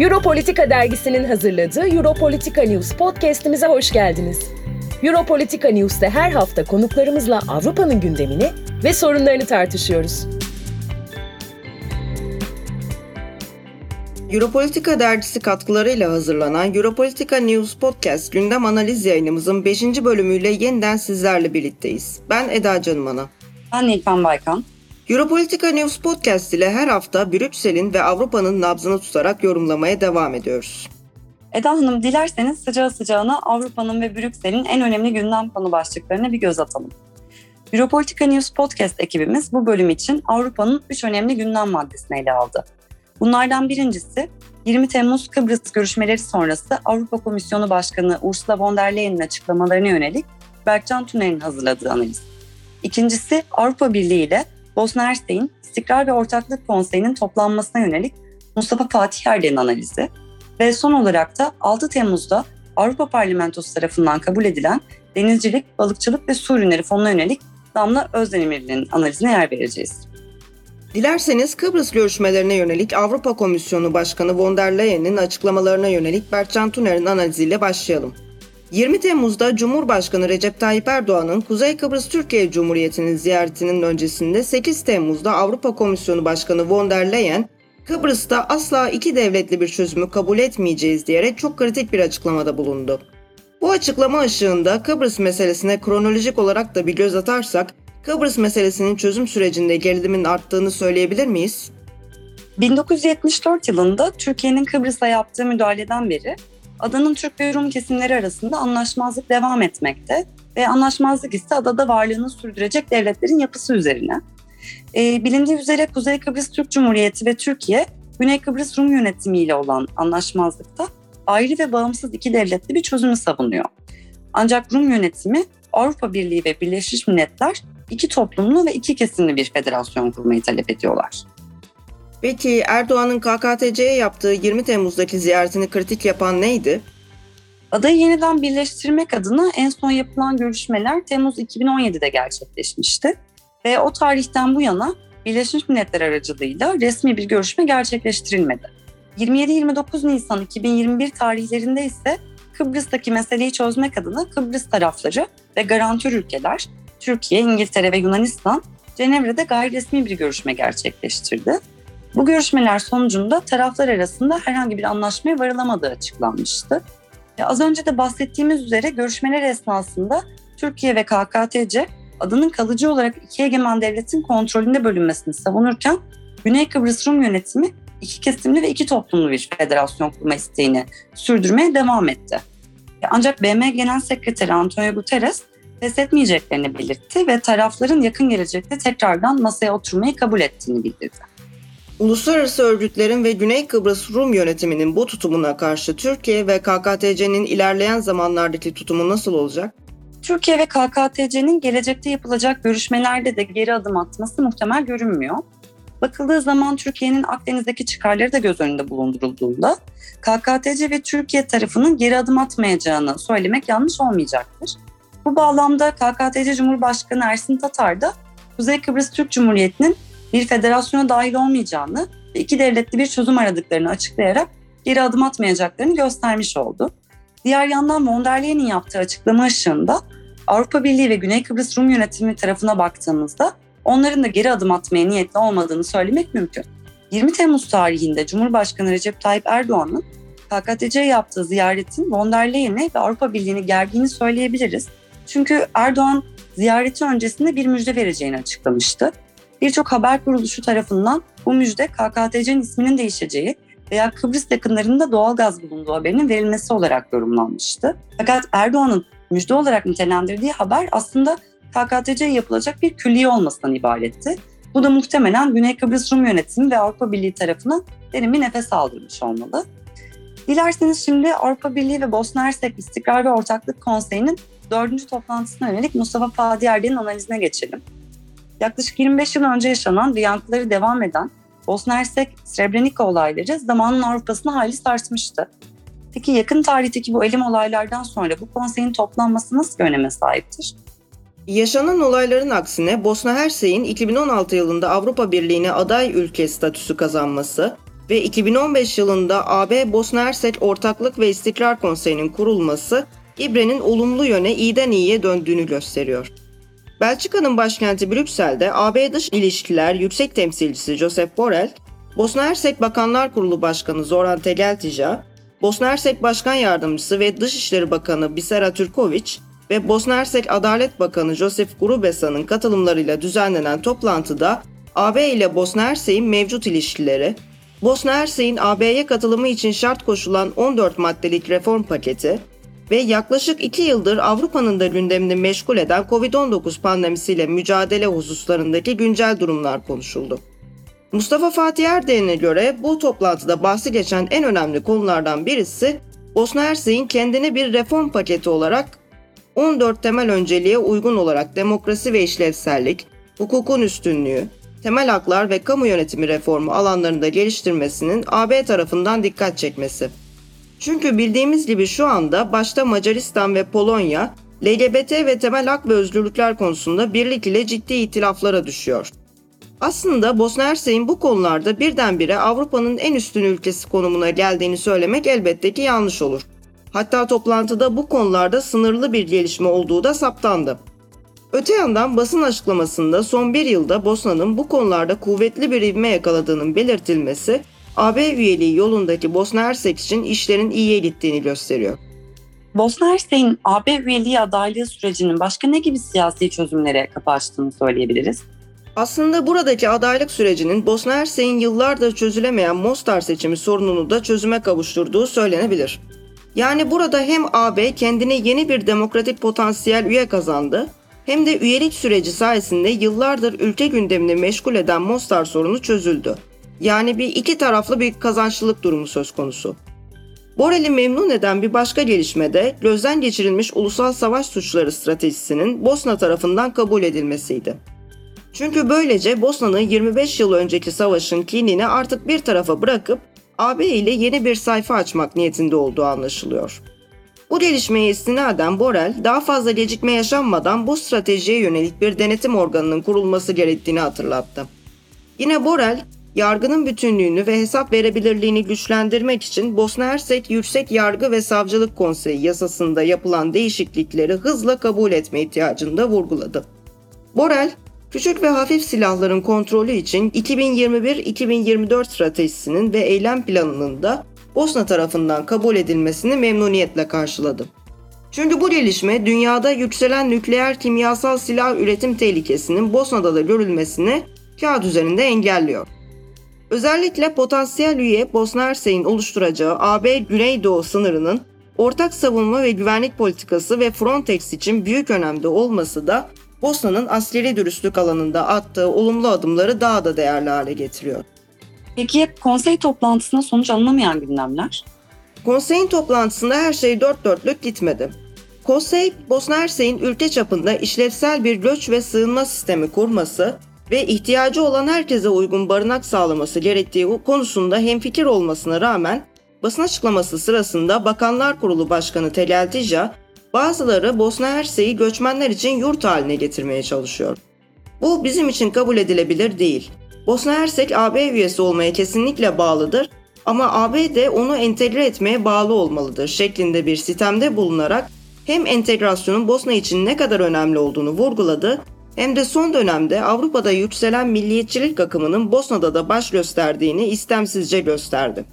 Europolitika dergisinin hazırladığı Europolitika News podcast'imize hoş geldiniz. Europolitika News'te her hafta konuklarımızla Avrupa'nın gündemini ve sorunlarını tartışıyoruz. Europolitika dergisi katkılarıyla hazırlanan Europolitika News Podcast gündem analiz yayınımızın 5. bölümüyle yeniden sizlerle birlikteyiz. Ben Eda Canımana. Ben Nilpan Baykan. Europolitika News Podcast ile her hafta Brüksel'in ve Avrupa'nın nabzını tutarak yorumlamaya devam ediyoruz. Eda Hanım, dilerseniz sıcağı sıcağına Avrupa'nın ve Brüksel'in en önemli gündem konu başlıklarına bir göz atalım. Europolitika News Podcast ekibimiz bu bölüm için Avrupa'nın 3 önemli gündem maddesini ele aldı. Bunlardan birincisi, 20 Temmuz Kıbrıs görüşmeleri sonrası Avrupa Komisyonu Başkanı Ursula von der Leyen'in açıklamalarına yönelik Berkcan Tüner'in hazırladığı analiz. İkincisi, Avrupa Birliği ile Bosna Hersek'in İstikrar ve Ortaklık Konseyi'nin toplanmasına yönelik Mustafa Fatih Erden'in analizi. Ve son olarak da 6 Temmuz'da Avrupa Parlamentosu tarafından kabul edilen Denizcilik, Balıkçılık ve Su Ürünleri Fonu'na yönelik Damla Özdemirli'nin analizine yer vereceğiz. Dilerseniz Kıbrıs görüşmelerine yönelik Avrupa Komisyonu Başkanı von der Leyen'in açıklamalarına yönelik Berkcan Tüner'in analiziyle başlayalım. 20 Temmuz'da Cumhurbaşkanı Recep Tayyip Erdoğan'ın Kuzey Kıbrıs Türkiye Cumhuriyeti'nin ziyaretinin öncesinde 8 Temmuz'da Avrupa Komisyonu Başkanı von der Leyen, Kıbrıs'ta asla iki devletli bir çözümü kabul etmeyeceğiz diyerek çok kritik bir açıklamada bulundu. Bu açıklama ışığında Kıbrıs meselesine kronolojik olarak da bir göz atarsak, Kıbrıs meselesinin çözüm sürecinde gerilimin arttığını söyleyebilir miyiz? 1974 yılında Türkiye'nin Kıbrıs'a yaptığı müdahaleden beri adanın Türk ve Rum kesimleri arasında anlaşmazlık devam etmekte ve anlaşmazlık ise adada varlığını sürdürecek devletlerin yapısı üzerine. Bilindiği üzere Kuzey Kıbrıs Türk Cumhuriyeti ve Türkiye, Güney Kıbrıs Rum yönetimiyle olan anlaşmazlıkta ayrı ve bağımsız iki devletli bir çözümü savunuyor. Ancak Rum yönetimi Avrupa Birliği ve Birleşmiş Milletler iki toplumlu ve iki kesimli bir federasyon kurmayı talep ediyorlar. Peki Erdoğan'ın KKTC'ye yaptığı 20 Temmuz'daki ziyaretini kritik yapan neydi? Adayı yeniden birleştirmek adına en son yapılan görüşmeler Temmuz 2017'de gerçekleşmişti. Ve o tarihten bu yana Birleşmiş Milletler aracılığıyla resmi bir görüşme gerçekleştirilmedi. 27-29 Nisan 2021 tarihlerinde ise Kıbrıs'taki meseleyi çözmek adına Kıbrıs tarafları ve garantör ülkeler Türkiye, İngiltere ve Yunanistan Cenevre'de gayri resmi bir görüşme gerçekleştirdi. Bu görüşmeler sonucunda taraflar arasında herhangi bir anlaşmaya varılamadığı açıklanmıştı. Az önce de bahsettiğimiz üzere görüşmeler esnasında Türkiye ve KKTC adanın kalıcı olarak iki egemen devletin kontrolünde bölünmesini savunurken Güney Kıbrıs Rum yönetimi iki kesimli ve iki toplumlu bir federasyon kurma isteğini sürdürmeye devam etti. Ancak BM Genel Sekreteri Antonio Guterres pes etmeyeceklerini belirtti ve tarafların yakın gelecekte tekrardan masaya oturmayı kabul ettiğini bildirdi. Uluslararası örgütlerin ve Güney Kıbrıs Rum yönetiminin bu tutumuna karşı Türkiye ve KKTC'nin ilerleyen zamanlardaki tutumu nasıl olacak? Türkiye ve KKTC'nin gelecekte yapılacak görüşmelerde de geri adım atması muhtemel görünmüyor. Bakıldığı zaman Türkiye'nin Akdeniz'deki çıkarları da göz önünde bulundurulduğunda KKTC ve Türkiye tarafının geri adım atmayacağını söylemek yanlış olmayacaktır. Bu bağlamda KKTC Cumhurbaşkanı Ersin Tatar da Kuzey Kıbrıs Türk Cumhuriyeti'nin bir federasyona dahil olmayacağını ve iki devletli bir çözüm aradıklarını açıklayarak geri adım atmayacaklarını göstermiş oldu. Diğer yandan von der Leyen'in yaptığı açıklama ışığında Avrupa Birliği ve Güney Kıbrıs Rum yönetimi tarafına baktığımızda onların da geri adım atmaya niyetli olmadığını söylemek mümkün. 20 Temmuz tarihinde Cumhurbaşkanı Recep Tayyip Erdoğan'ın KKTC'ye yaptığı ziyaretin von der Leyen'e ve Avrupa Birliği'ni gerdiğini söyleyebiliriz. Çünkü Erdoğan ziyareti öncesinde bir müjde vereceğini açıklamıştı. Birçok haber kuruluşu tarafından bu müjde KKTC'nin isminin değişeceği veya Kıbrıs yakınlarında doğalgaz bulunduğu haberinin verilmesi olarak yorumlanmıştı. Fakat Erdoğan'ın müjde olarak nitelendirdiği haber aslında KKTC'ye yapılacak bir külliye olmasından ibaretti. Bu da muhtemelen Güney Kıbrıs Rum yönetimi ve Avrupa Birliği tarafına derin bir nefes aldırmış olmalı. Dilerseniz şimdi Avrupa Birliği ve Bosna Hersek İstikrar ve Ortaklık Konseyi'nin 4. toplantısına yönelik Mustafa Fatih Erden'in analizine geçelim. Yaklaşık 25 yıl önce yaşanan ve yankıları devam eden Bosna Hersek Srebrenica olayları zamanın Avrupa'sını hayli sarsmıştı. Peki yakın tarihteki bu elim olaylardan sonra bu konseyin toplanması nasıl bir öneme sahiptir? Yaşanan olayların aksine Bosna Hersek'in 2016 yılında Avrupa Birliği'ne aday ülke statüsü kazanması ve 2015 yılında AB Bosna Hersek Ortaklık ve İstikrar Konseyi'nin kurulması İBRE'nin olumlu yöne iyiden iyiye döndüğünü gösteriyor. Belçika'nın başkenti Brüksel'de AB Dış İlişkiler Yüksek Temsilcisi Josep Borrell, Bosna Hersek Bakanlar Kurulu Başkanı Zoran Tegeltija, Bosna Hersek Başkan Yardımcısı ve Dışişleri Bakanı Bisera Turković ve Bosna Hersek Adalet Bakanı Josip Grubesa'nın katılımlarıyla düzenlenen toplantıda AB ile Bosna Hersek'in mevcut ilişkileri, Bosna Hersek'in AB'ye katılımı için şart koşulan 14 maddelik reform paketi ve yaklaşık 2 yıldır Avrupa'nın da gündemini meşgul eden Covid-19 pandemisiyle mücadele hususlarındaki güncel durumlar konuşuldu. Mustafa Fatih Erden'e göre bu toplantıda bahsi geçen en önemli konulardan birisi Bosna Hersek'in kendine bir reform paketi olarak 14 temel önceliğe uygun olarak demokrasi ve işlevsellik, hukukun üstünlüğü, temel haklar ve kamu yönetimi reformu alanlarında geliştirmesinin AB tarafından dikkat çekmesi. Çünkü bildiğimiz gibi şu anda başta Macaristan ve Polonya, LGBT ve temel hak ve özgürlükler konusunda birlik ile ciddi itilaflara düşüyor. Aslında Bosna Hersek'in bu konularda birdenbire Avrupa'nın en üstün ülkesi konumuna geldiğini söylemek elbette ki yanlış olur. Hatta toplantıda bu konularda sınırlı bir gelişme olduğu da saptandı. Öte yandan basın açıklamasında son bir yılda Bosna'nın bu konularda kuvvetli bir ivme yakaladığının belirtilmesi, AB üyeliği yolundaki Bosna Hersek için işlerin iyiye gittiğini gösteriyor. Bosna Hersek'in AB üyeliği adaylığı sürecinin başka ne gibi siyasi çözümlere kapı açtığını söyleyebiliriz? Aslında buradaki adaylık sürecinin Bosna Hersek'in yıllardır çözülemeyen Mostar seçimi sorununu da çözüme kavuşturduğu söylenebilir. Yani burada hem AB kendine yeni bir demokratik potansiyel üye kazandı, hem de üyelik süreci sayesinde yıllardır ülke gündemini meşgul eden Mostar sorunu çözüldü. Yani bir iki taraflı bir kazançlılık durumu söz konusu. Borrell'i memnun eden bir başka gelişme de gözden geçirilmiş ulusal savaş suçları stratejisinin Bosna tarafından kabul edilmesiydi. Çünkü böylece Bosna'nın 25 yıl önceki savaşın kinini artık bir tarafa bırakıp AB ile yeni bir sayfa açmak niyetinde olduğu anlaşılıyor. Bu gelişmeye istinaden Borrell daha fazla gecikme yaşanmadan bu stratejiye yönelik bir denetim organının kurulması gerektiğini hatırlattı. Yine Borrell, yargının bütünlüğünü ve hesap verebilirliğini güçlendirmek için Bosna Hersek Yüksek Yargı ve Savcılık Konseyi yasasında yapılan değişiklikleri hızla kabul etme ihtiyacını da vurguladı. Borrell, küçük ve hafif silahların kontrolü için 2021-2024 stratejisinin ve eylem planının da Bosna tarafından kabul edilmesini memnuniyetle karşıladı. Çünkü bu gelişme dünyada yükselen nükleer kimyasal silah üretim tehlikesinin Bosna'da da görülmesini kağıt üzerinde engelliyor. Özellikle potansiyel üye Bosna Hersek'in oluşturacağı AB Güneydoğu sınırının ortak savunma ve güvenlik politikası ve Frontex için büyük önemde olması da Bosna'nın askeri dürüstlük alanında attığı olumlu adımları daha da değerli hale getiriyor. Peki konsey toplantısına sonuç alınamayan gündemler? Konseyin toplantısında her şey dört dörtlük gitmedi. Konsey, Bosna Hersek'in ülke çapında işlevsel bir göç ve sığınma sistemi kurması ve ihtiyacı olan herkese uygun barınak sağlaması gerektiği konusunda hemfikir olmasına rağmen basın açıklaması sırasında Bakanlar Kurulu Başkanı Tegeltija, bazıları Bosna Hersek'i göçmenler için yurt haline getirmeye çalışıyor. Bu bizim için kabul edilebilir değil. Bosna Hersek AB üyesi olmaya kesinlikle bağlıdır ama AB de onu entegre etmeye bağlı olmalıdır şeklinde bir sitemde bulunarak hem entegrasyonun Bosna için ne kadar önemli olduğunu vurguladı hem de son dönemde Avrupa'da yükselen milliyetçilik akımının Bosna'da da baş gösterdiğini istemsizce gösterdi.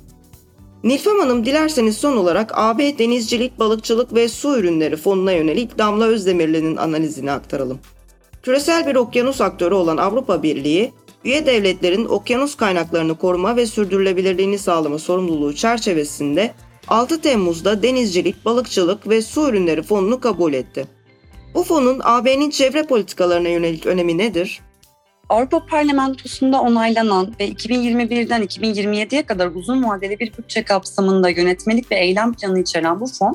Nilfem Hanım, dilerseniz son olarak AB Denizcilik, Balıkçılık ve Su Ürünleri Fonu'na yönelik Damla Özdemirli'nin analizini aktaralım. Küresel bir okyanus aktörü olan Avrupa Birliği, üye devletlerin okyanus kaynaklarını koruma ve sürdürülebilirliğini sağlama sorumluluğu çerçevesinde 6 Temmuz'da Denizcilik, Balıkçılık ve Su Ürünleri Fonu'nu kabul etti. Bu fonun AB'nin çevre politikalarına yönelik önemi nedir? Avrupa Parlamentosu'nda onaylanan ve 2021'den 2027'ye kadar uzun vadeli bir bütçe kapsamında yönetmelik ve eylem planı içeren bu fon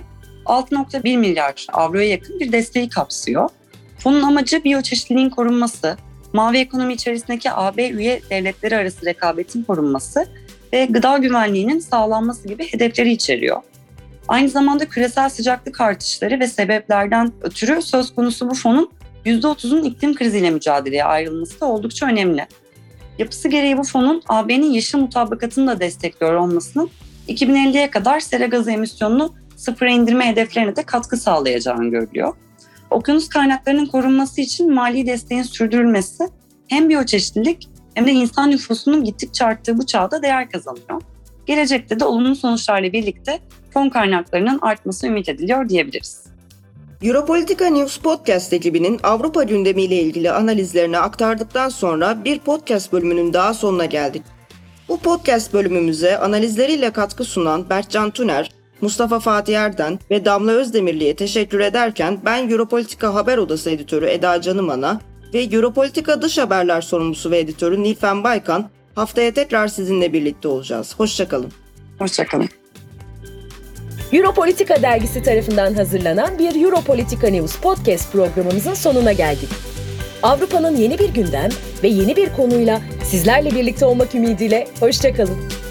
6,1 milyar avroya yakın bir desteği kapsıyor. Fonun amacı biyoçeşitliliğin korunması, mavi ekonomi içerisindeki AB üye devletleri arası rekabetin korunması ve gıda güvenliğinin sağlanması gibi hedefleri içeriyor. Aynı zamanda küresel sıcaklık artışları ve sebeplerden ötürü söz konusu bu fonun %30'un iklim kriziyle mücadeleye ayrılması da oldukça önemli. Yapısı gereği bu fonun AB'nin yeşil mutabakatını da destekliyor olmasının 2050'ye kadar sera gazı emisyonunu sıfıra indirme hedeflerine de katkı sağlayacağını görülüyor. Okyanus kaynaklarının korunması için mali desteğin sürdürülmesi hem biyoçeşitlilik hem de insan nüfusunun gittikçe arttığı bu çağda değer kazanıyor. Gelecekte de olumlu sonuçlarla birlikte fon kaynaklarının artması ümit ediliyor diyebiliriz. Europolitika News Podcast ekibinin Avrupa gündemiyle ilgili analizlerini aktardıktan sonra bir podcast bölümünün daha sonuna geldik. Bu podcast bölümümüze analizleriyle katkı sunan Berkcan Tüner, Mustafa Fatih Erden ve Damla Özdemirli'ye teşekkür ederken ben Europolitika Haber Odası Editörü Eda Canıman'a ve Europolitika Dış Haberler Sorumlusu ve Editörü Nilfen Baykan haftaya tekrar sizinle birlikte olacağız. Hoşçakalın. Hoşçakalın. Europolitika dergisi tarafından hazırlanan bir Europolitika News podcast programımızın sonuna geldik. Avrupa'nın yeni bir gündem ve yeni bir konuyla sizlerle birlikte olmak ümidiyle hoşçakalın.